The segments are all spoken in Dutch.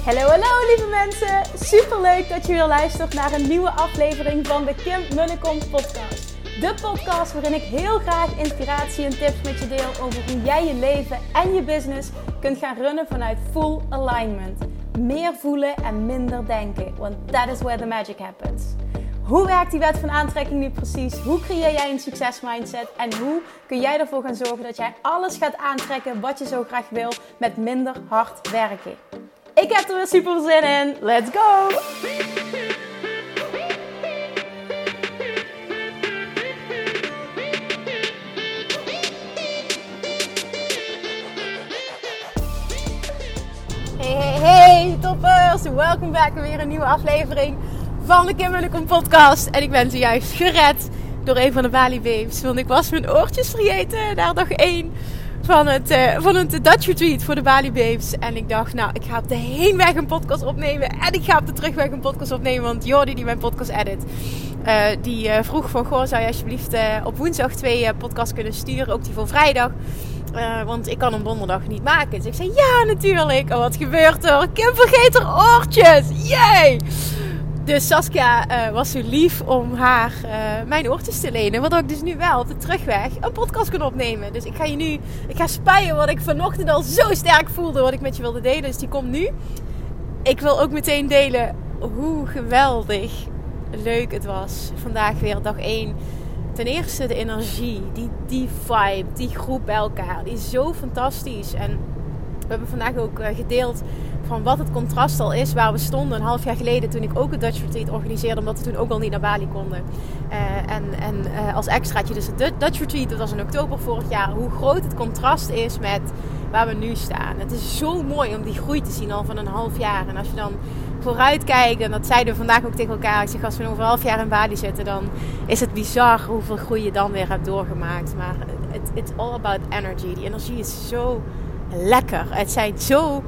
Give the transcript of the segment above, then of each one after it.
Hallo lieve mensen, super leuk dat je weer luistert naar een nieuwe aflevering van de Kim Munnekom podcast. De podcast waarin ik heel graag inspiratie en tips met je deel over hoe jij je leven en je business kunt gaan runnen vanuit full alignment. Meer voelen en minder denken, want that is where the magic happens. Hoe werkt die wet van aantrekking nu precies? Hoe creëer jij een succesmindset? En hoe kun jij ervoor gaan zorgen dat jij alles gaat aantrekken wat je zo graag wil met minder hard werken? Ik heb er weer super zin in. Let's go! Hey toppers! Welkom back bij weer een nieuwe aflevering van de Kim Munnekom podcast. En ik ben zojuist gered door een van de Bali Babes. Want ik was mijn oortjes vergeten naar dag 1 van het Dutch Retreat voor de Bali Babes. En ik dacht, nou, ik ga op de heenweg een podcast opnemen. En ik ga op de terugweg een podcast opnemen. Want Jordi, die mijn podcast edit, die vroeg van, goh, zou je alsjeblieft op woensdag 2 podcasts kunnen sturen? Ook die voor vrijdag. Want ik kan hem donderdag niet maken. Dus ik zei, ja, natuurlijk. Oh, wat gebeurt er? Kim vergeet haar oortjes. Yay! Dus Saskia was zo lief om haar mijn oortjes te lenen. Waardoor ik dus nu wel op de terugweg een podcast kan opnemen. Dus ik ga spuien wat ik vanochtend al zo sterk voelde. Wat ik met je wilde delen. Dus die komt nu. Ik wil ook meteen delen hoe geweldig leuk het was. Vandaag weer dag 1. Ten eerste de energie. Die vibe. Die groep bij elkaar. Die is zo fantastisch. En we hebben vandaag ook gedeeld van wat het contrast al is waar we stonden een half jaar geleden toen ik ook het Dutch Retreat organiseerde, omdat we toen ook al niet naar Bali konden. En als extraatje dus het Dutch Retreat, dat was in oktober vorig jaar, hoe groot het contrast is met waar we nu staan. Het is zo mooi om die groei te zien al van een half jaar. En als je dan vooruit kijkt, en dat zeiden we vandaag ook tegen elkaar, ik zeg, als we over een half jaar in Bali zitten, dan is het bizar hoeveel groei je dan weer hebt doorgemaakt. Maar it's all about energy. Die energie is zo lekker. Het zijn zo...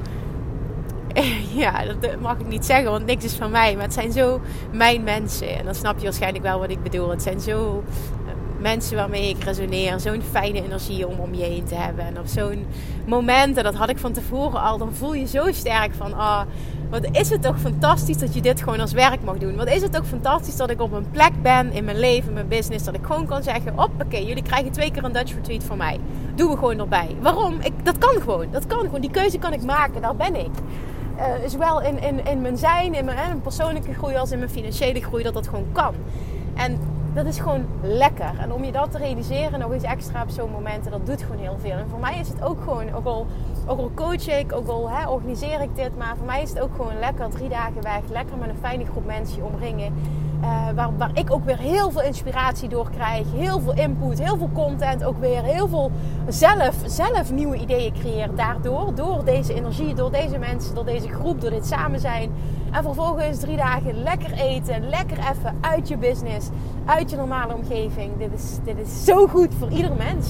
Ja, dat mag ik niet zeggen, want niks is van mij. Maar het zijn zo mijn mensen. En dan snap je waarschijnlijk wel wat ik bedoel. Het zijn zo mensen waarmee ik resoneer. Zo'n fijne energie om je heen te hebben. En op zo'n moment, en dat had ik van tevoren al, dan voel je zo sterk van... wat is het toch fantastisch dat je dit gewoon als werk mag doen. Wat is het toch fantastisch dat ik op een plek ben in mijn leven, in mijn business. Dat ik gewoon kan zeggen, oké, jullie krijgen 2 keer een Dutch Retreat van mij. Doen we gewoon erbij. Waarom? Dat kan gewoon. Die keuze kan ik maken. Daar ben ik. Zowel in mijn zijn, in mijn persoonlijke groei als in mijn financiële groei, dat gewoon kan. En dat is gewoon lekker. En om je dat te realiseren, nog eens extra op zo'n momenten, dat doet gewoon heel veel. En voor mij is het ook gewoon, ook al coach ik, ook al organiseer ik dit, maar voor mij is het ook gewoon lekker 3 dagen weg. Lekker met een fijne groep mensen je omringen. Waar ik ook weer heel veel inspiratie door krijg. Heel veel input, heel veel content. Ook weer heel veel zelf nieuwe ideeën creëer. Daardoor, door deze energie, door deze mensen, door deze groep, door dit samen zijn. En vervolgens 3 dagen lekker eten. Lekker even uit je business. Uit je normale omgeving. Dit is zo goed voor ieder mens.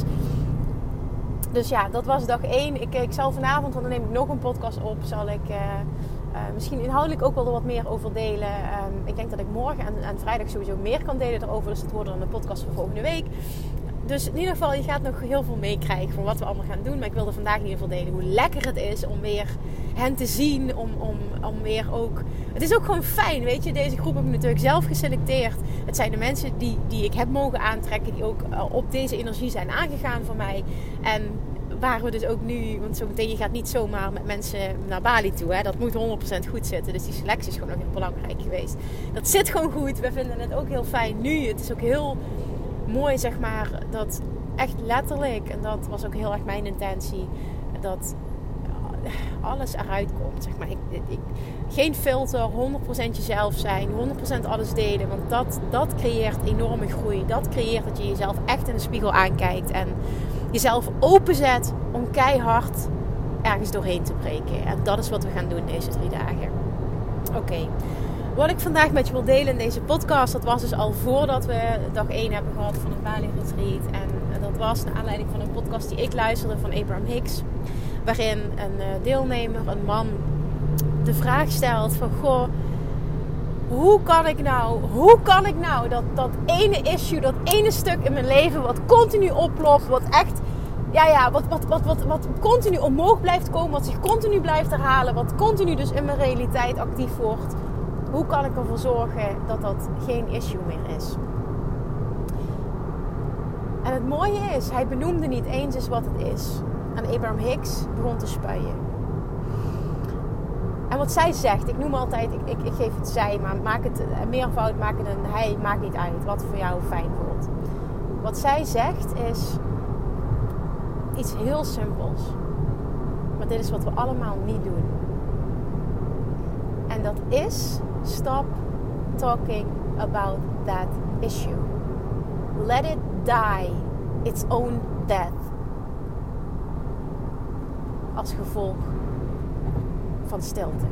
Dus ja, dat was dag 1. Ik zal vanavond, want dan neem ik nog een podcast op, zal ik... misschien inhoudelijk ook wel er wat meer over delen. Ik denk dat ik morgen en vrijdag sowieso meer kan delen erover. Dus het wordt dan de podcast voor volgende week. Dus in ieder geval, je gaat nog heel veel meekrijgen van wat we allemaal gaan doen. Maar ik wilde vandaag in ieder geval delen hoe lekker het is om weer hen te zien. Om weer ook... Het is ook gewoon fijn, weet je. Deze groep heb ik natuurlijk zelf geselecteerd. Het zijn de mensen die ik heb mogen aantrekken. Die ook op deze energie zijn aangegaan voor mij. En... waar we dus ook nu, want zo meteen, je gaat niet zomaar met mensen naar Bali toe. Hè? Dat moet 100% goed zitten. Dus die selectie is gewoon nog heel belangrijk geweest. Dat zit gewoon goed. We vinden het ook heel fijn nu. Het is ook heel mooi, zeg maar, dat echt letterlijk, en dat was ook heel erg mijn intentie, dat alles eruit komt. Zeg maar. Geen filter, 100% jezelf zijn, 100% alles delen. Want dat creëert enorme groei. Dat creëert dat je jezelf echt in de spiegel aankijkt en jezelf openzet om keihard ergens doorheen te breken. En dat is wat we gaan doen deze 3 dagen. Oké. Wat ik vandaag met je wil delen in deze podcast, dat was dus al voordat we dag 1 hebben gehad van het Bali Retreat. En dat was naar aanleiding van een podcast die ik luisterde van Abraham Hicks. Waarin een deelnemer, een man, de vraag stelt van... Goh, hoe kan ik nou dat ene issue, dat ene stuk in mijn leven wat continu oplopt, wat echt wat continu omhoog blijft komen, wat zich continu blijft herhalen, wat continu dus in mijn realiteit actief wordt. Hoe kan ik ervoor zorgen dat dat geen issue meer is? En het mooie is, hij benoemde niet eens wat het is. En Abraham Hicks begon te spuien. En wat zij zegt, ik noem altijd, ik geef het zij, maar maak het meervoud, maak het een hij, maakt niet uit. Wat voor jou fijn voelt. Wat zij zegt is iets heel simpels. Maar dit is wat we allemaal niet doen. En dat is, stop talking about that issue. Let it die its own death. Als gevolg van stilte.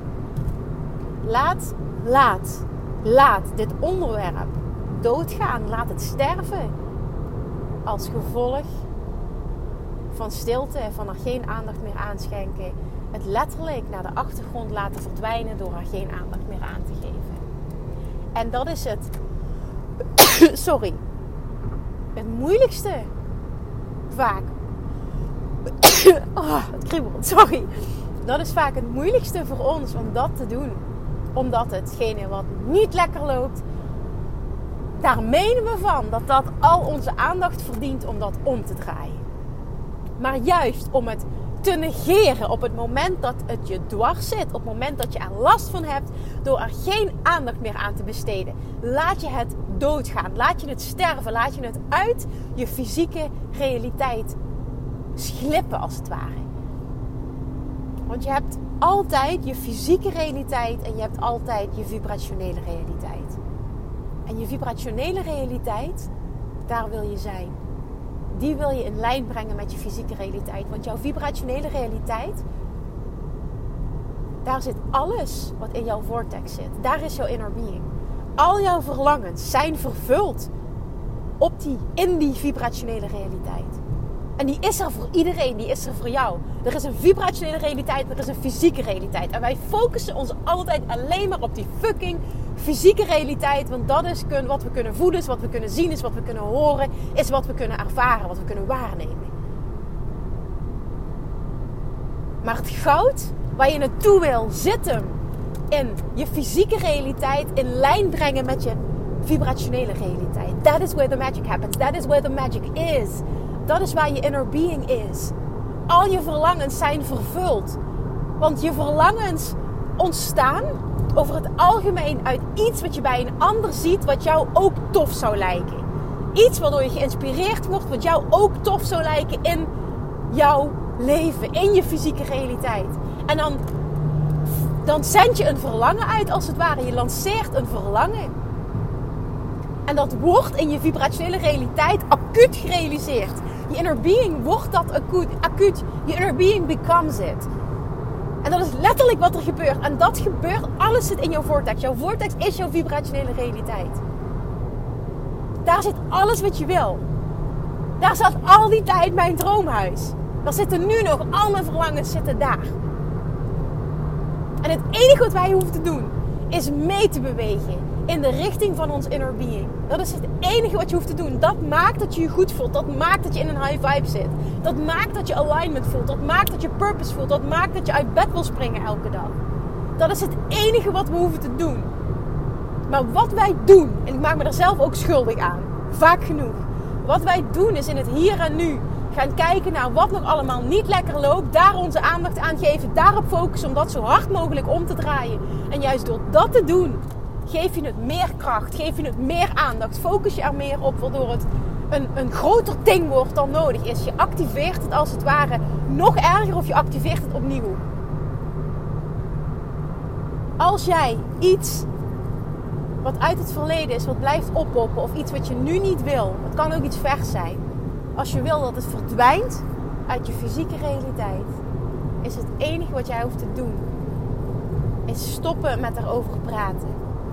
Laat dit onderwerp doodgaan. Laat het sterven. Als gevolg van stilte en van er geen aandacht meer aan schenken. Het letterlijk naar de achtergrond laten verdwijnen door er geen aandacht meer aan te geven. En dat is het. Sorry. Het moeilijkste. Vaak. Het kriebelt. Sorry. Dat is vaak het moeilijkste voor ons om dat te doen. Omdat hetgene wat niet lekker loopt, daar menen we van dat al onze aandacht verdient om dat om te draaien. Maar juist om het te negeren op het moment dat het je dwars zit, op het moment dat je er last van hebt, door er geen aandacht meer aan te besteden. Laat je het doodgaan, laat je het sterven, laat je het uit je fysieke realiteit glippen als het ware. Want je hebt altijd je fysieke realiteit en je hebt altijd je vibrationele realiteit. En je vibrationele realiteit, daar wil je zijn. Die wil je in lijn brengen met je fysieke realiteit. Want jouw vibrationele realiteit, daar zit alles wat in jouw vortex zit. Daar is jouw inner being. Al jouw verlangens zijn vervuld in die vibrationele realiteit. En die is er voor iedereen, die is er voor jou. Er is een vibrationele realiteit, er is een fysieke realiteit. En wij focussen ons altijd alleen maar op die fucking fysieke realiteit. Want dat is wat we kunnen voelen, is wat we kunnen zien, is wat we kunnen horen, is wat we kunnen ervaren, wat we kunnen waarnemen. Maar het goud waar je naartoe wil zit hem in je fysieke realiteit in lijn brengen met je vibrationele realiteit. That is where the magic happens. That is where the magic is. Dat is waar je inner being is. Al je verlangens zijn vervuld. Want je verlangens ontstaan over het algemeen uit iets wat je bij een ander ziet wat jou ook tof zou lijken. Iets waardoor je geïnspireerd wordt wat jou ook tof zou lijken in jouw leven, in je fysieke realiteit. En dan zend je een verlangen uit als het ware. Je lanceert een verlangen. En dat wordt in je vibrationele realiteit acuut gerealiseerd. Je inner being wordt dat acuut. Je inner being becomes it. En dat is letterlijk wat er gebeurt. En dat gebeurt, alles zit in jouw vortex. Jouw vortex is jouw vibrationele realiteit. Daar zit alles wat je wil. Daar zat al die tijd mijn droomhuis. Daar zitten nu nog, al mijn verlangens zitten daar. En het enige wat wij hoeven te doen, is mee te bewegen in de richting van ons inner being. Dat is het enige wat je hoeft te doen. Dat maakt dat je je goed voelt. Dat maakt dat je in een high vibe zit. Dat maakt dat je alignment voelt. Dat maakt dat je purpose voelt. Dat maakt dat je uit bed wil springen elke dag. Dat is het enige wat we hoeven te doen. Maar wat wij doen, en ik maak me er zelf ook schuldig aan, vaak genoeg. Wat wij doen is in het hier en nu gaan kijken naar wat nog allemaal niet lekker loopt. Daar onze aandacht aan geven. Daarop focussen om dat zo hard mogelijk om te draaien. En juist door dat te doen, geef je het meer kracht. Geef je het meer aandacht. Focus je er meer op. Waardoor het een groter ding wordt dan nodig is. Je activeert het als het ware nog erger of je activeert het opnieuw. Als jij iets wat uit het verleden is, wat blijft oppoppen, of iets wat je nu niet wil. Het kan ook iets vers zijn. Als je wil dat het verdwijnt uit je fysieke realiteit, is het enige wat jij hoeft te doen, is stoppen met erover praten.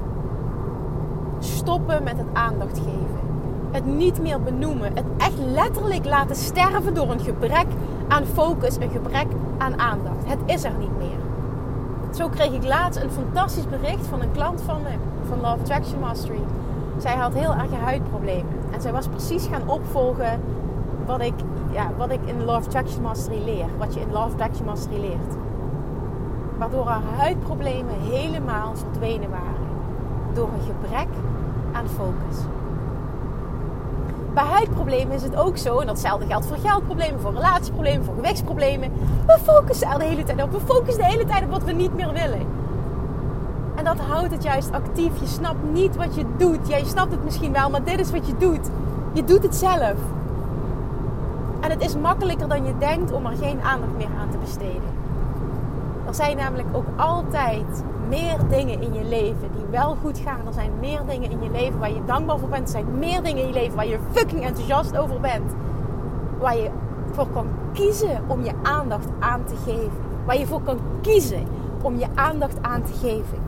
Stoppen met het aandacht geven. Het niet meer benoemen. Het echt letterlijk laten sterven door een gebrek aan focus, een gebrek aan aandacht. Het is er niet meer. Zo kreeg ik laatst een fantastisch bericht van een klant van me, van Love Attraction Mastery. Zij had heel erg huidproblemen. En zij was precies gaan opvolgen wat ik in Law of Attraction Mastery leer. Wat je in Law of Attraction Mastery leert. Waardoor haar huidproblemen helemaal verdwenen waren. Door een gebrek aan focus. Bij huidproblemen is het ook zo. En datzelfde geldt voor geldproblemen, voor relatieproblemen, voor gewichtsproblemen. We focussen er de hele tijd op. We focussen de hele tijd op wat we niet meer willen. En dat houdt het juist actief. Je snapt niet wat je doet. Ja, je snapt het misschien wel, maar dit is wat je doet. Je doet het zelf. En het is makkelijker dan je denkt om er geen aandacht meer aan te besteden. Er zijn namelijk ook altijd meer dingen in je leven die wel goed gaan. Er zijn meer dingen in je leven waar je dankbaar voor bent. Er zijn meer dingen in je leven waar je fucking enthousiast over bent. Waar je voor kan kiezen om je aandacht aan te geven. Waar je voor kan kiezen om je aandacht aan te geven.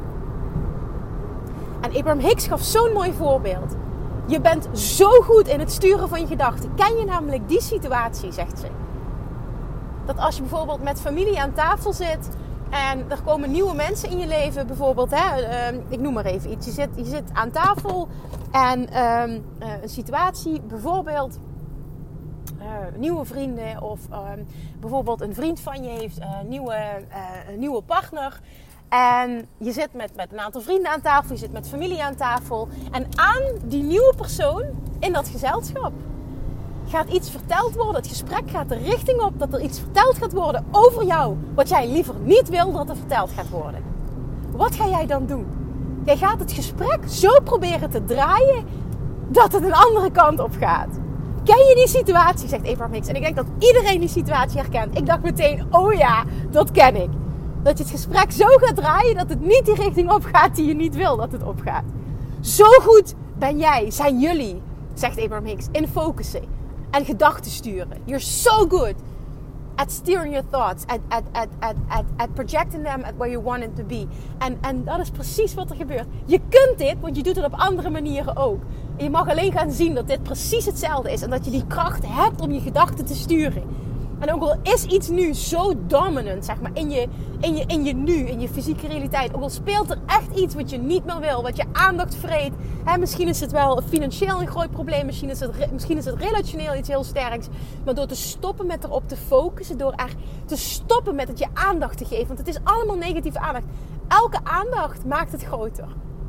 En Abraham Hicks gaf zo'n mooi voorbeeld. Je bent zo goed in het sturen van je gedachten. Ken je namelijk die situatie, zegt ze. Dat als je bijvoorbeeld met familie aan tafel zit en er komen nieuwe mensen in je leven, bijvoorbeeld, ik noem maar even iets. Je zit aan tafel en een situatie, bijvoorbeeld nieuwe vrienden of bijvoorbeeld een vriend van je heeft een nieuwe partner. En je zit met een aantal vrienden aan tafel, je zit met familie aan tafel. En aan die nieuwe persoon in dat gezelschap gaat iets verteld worden. Het gesprek gaat de richting op dat er iets verteld gaat worden over jou. Wat jij liever niet wil dat er verteld gaat worden. Wat ga jij dan doen? Jij gaat het gesprek zo proberen te draaien dat het een andere kant op gaat. Ken je die situatie, zegt Abraham Hicks. En ik denk dat iedereen die situatie herkent. Ik dacht meteen, oh ja, dat ken ik. Dat je het gesprek zo gaat draaien dat het niet die richting opgaat die je niet wil dat het opgaat. Zo goed zijn jullie, zegt Abraham Hicks, in focussen en gedachten sturen. You're so good at steering your thoughts, at projecting them at where you want it to be. En dat is precies wat er gebeurt. Je kunt dit, want je doet het op andere manieren ook. En je mag alleen gaan zien dat dit precies hetzelfde is en dat je die kracht hebt om je gedachten te sturen. En ook al is iets nu zo dominant, zeg maar, in je nu, in je fysieke realiteit. Ook al speelt er echt iets wat je niet meer wil, wat je aandacht vreet. Misschien is het wel financieel een groot probleem, misschien is het relationeel iets heel sterks. Maar door te stoppen met erop te focussen, door er te stoppen met het je aandacht te geven. Want het is allemaal negatieve aandacht. Elke aandacht maakt het groter.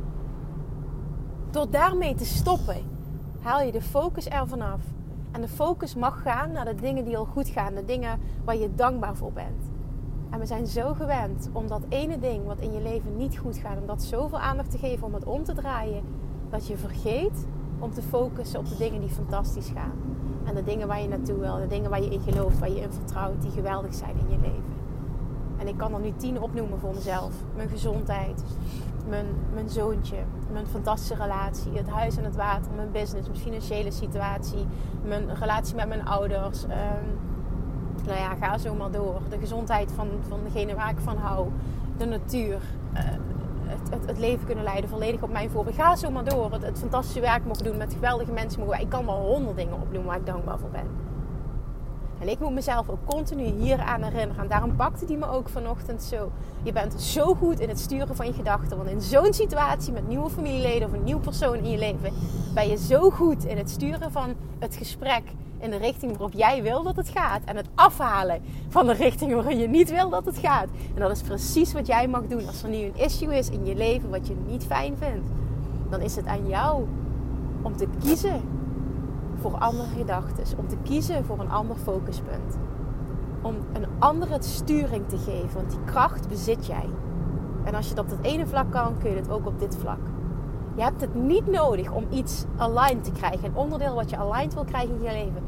Door daarmee te stoppen, haal je de focus ervan af. En de focus mag gaan naar de dingen die al goed gaan. De dingen waar je dankbaar voor bent. En we zijn zo gewend om dat ene ding wat in je leven niet goed gaat, om dat zoveel aandacht te geven, om het om te draaien, dat je vergeet om te focussen op de dingen die fantastisch gaan. En de dingen waar je naartoe wil. De dingen waar je in gelooft, waar je in vertrouwt, die geweldig zijn in je leven. En ik kan er nu 10 opnoemen voor mezelf. Mijn gezondheid, mijn zoontje, mijn fantastische relatie, het huis en het water, mijn business, mijn financiële situatie, mijn relatie met mijn ouders. Ga zo maar door. De gezondheid van degene waar ik van hou. De natuur. Het leven kunnen leiden volledig op mijn voorbeeld. Ga zo maar door. Het fantastische werk mogen doen. Met geweldige mensen mogen. Ik kan wel 100 dingen opnoemen waar ik dankbaar voor ben. En ik moet mezelf ook continu hieraan herinneren. En daarom pakte die me ook vanochtend zo. Je bent zo goed in het sturen van je gedachten. Want in zo'n situatie met nieuwe familieleden of een nieuw persoon in je leven, ben je zo goed in het sturen van het gesprek in de richting waarop jij wil dat het gaat. En het afhalen van de richting waarin je niet wil dat het gaat. En dat is precies wat jij mag doen. Als er nu een issue is in je leven wat je niet fijn vindt, dan is het aan jou om te kiezen voor andere gedachten. Om te kiezen voor een ander focuspunt. Om een andere sturing te geven. Want die kracht bezit jij. En als je het op dat ene vlak kan, kun je het ook op dit vlak. Je hebt het niet nodig om iets aligned te krijgen. Een onderdeel wat je aligned wil krijgen in je leven.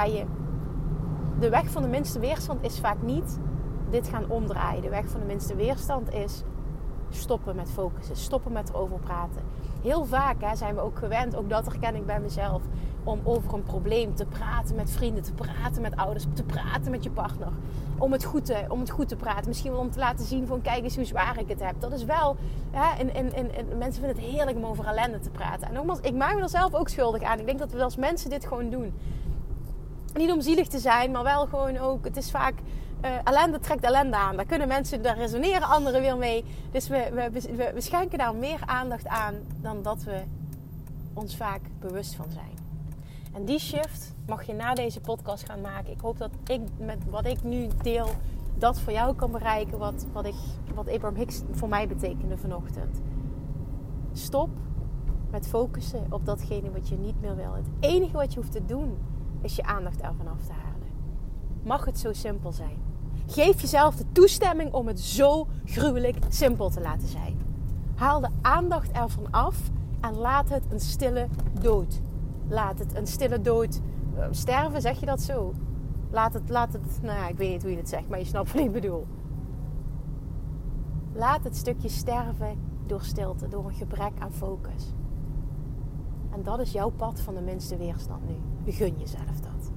De weg van de minste weerstand is vaak niet dit gaan omdraaien. De weg van de minste weerstand is stoppen met focussen. Stoppen met erover praten. Heel vaak zijn we ook gewend, ook dat herken ik bij mezelf, om over een probleem te praten met vrienden, te praten met ouders, te praten met je partner. Om het goed te praten. Misschien wel om te laten zien van kijk eens hoe zwaar ik het heb. Dat is wel, mensen vinden het heerlijk om over ellende te praten. En nogmaals, ik maak me er zelf ook schuldig aan. Ik denk dat we als mensen dit gewoon doen. Niet om zielig te zijn, maar wel gewoon ook, het is vaak, ellende trekt ellende aan. Daar kunnen mensen, daar resoneren anderen weer mee. Dus we schenken daar meer aandacht aan dan dat we ons vaak bewust van zijn. En die shift mag je na deze podcast gaan maken. Ik hoop dat ik met wat ik nu deel, dat voor jou kan bereiken wat Abraham Hicks voor mij betekende vanochtend. Stop met focussen op datgene wat je niet meer wil. Het enige wat je hoeft te doen is je aandacht ervan af te halen. Mag het zo simpel zijn? Geef jezelf de toestemming om het zo gruwelijk simpel te laten zijn. Haal de aandacht ervan af en laat het een stille dood. Laat het een stille dood sterven, zeg je dat zo? Laat het, nou ja, ik weet niet hoe je het zegt, maar je snapt wat ik bedoel. Laat het stukje sterven door stilte, door een gebrek aan focus. En dat is jouw pad van de minste weerstand nu. Gun jezelf dat.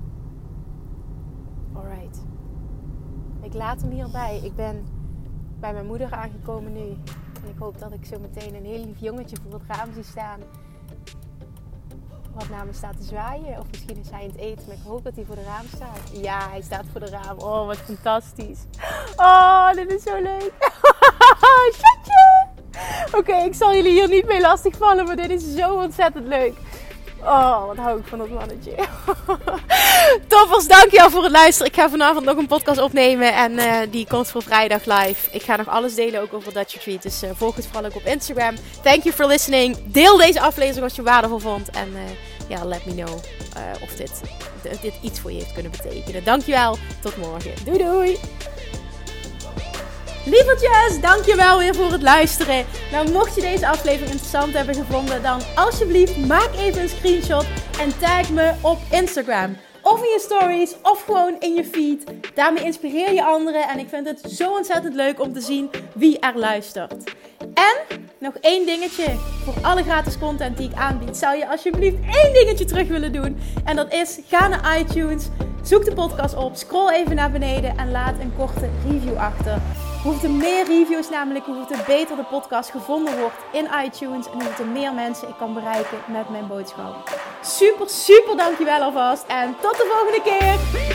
Alright. Ik laat hem hierbij. Ik ben bij mijn moeder aangekomen nu. En ik hoop dat ik zo meteen een heel lief jongetje voor het raam zie staan. Wat naar me staat te zwaaien. Of misschien is hij in het eten. Maar ik hoop dat hij voor de raam staat. Ja, hij staat voor de raam. Oh, wat fantastisch. Oh, dit is zo leuk. Schatje. Oké, ik zal jullie hier niet mee lastigvallen. Maar dit is zo ontzettend leuk. Oh, wat hou ik van dat mannetje. Toppers, dankjewel voor het luisteren. Ik ga vanavond nog een podcast opnemen. En die komt voor vrijdag live. Ik ga nog alles delen ook over Dutch Retreat. Dus volg het vooral ook op Instagram. Thank you for listening. Deel deze aflevering als je waardevol vond. En let me know of dit iets voor je heeft kunnen betekenen. Dankjewel. Tot morgen. Doei doei. Lievertjes, dankjewel weer voor het luisteren. Nou, mocht je deze aflevering interessant hebben gevonden, dan alsjeblieft maak even een screenshot en tag me op Instagram. Of in je stories, of gewoon in je feed. Daarmee inspireer je anderen en ik vind het zo ontzettend leuk om te zien wie er luistert. En nog één dingetje voor alle gratis content die ik aanbied. Zou je alsjeblieft één dingetje terug willen doen? En dat is, ga naar iTunes, zoek de podcast op, scroll even naar beneden en laat een korte review achter. Hoe er meer reviews namelijk, hoe er beter de podcast gevonden wordt in iTunes. En hoe er meer mensen ik kan bereiken met mijn boodschap. Super, super dankjewel alvast. En tot de volgende keer.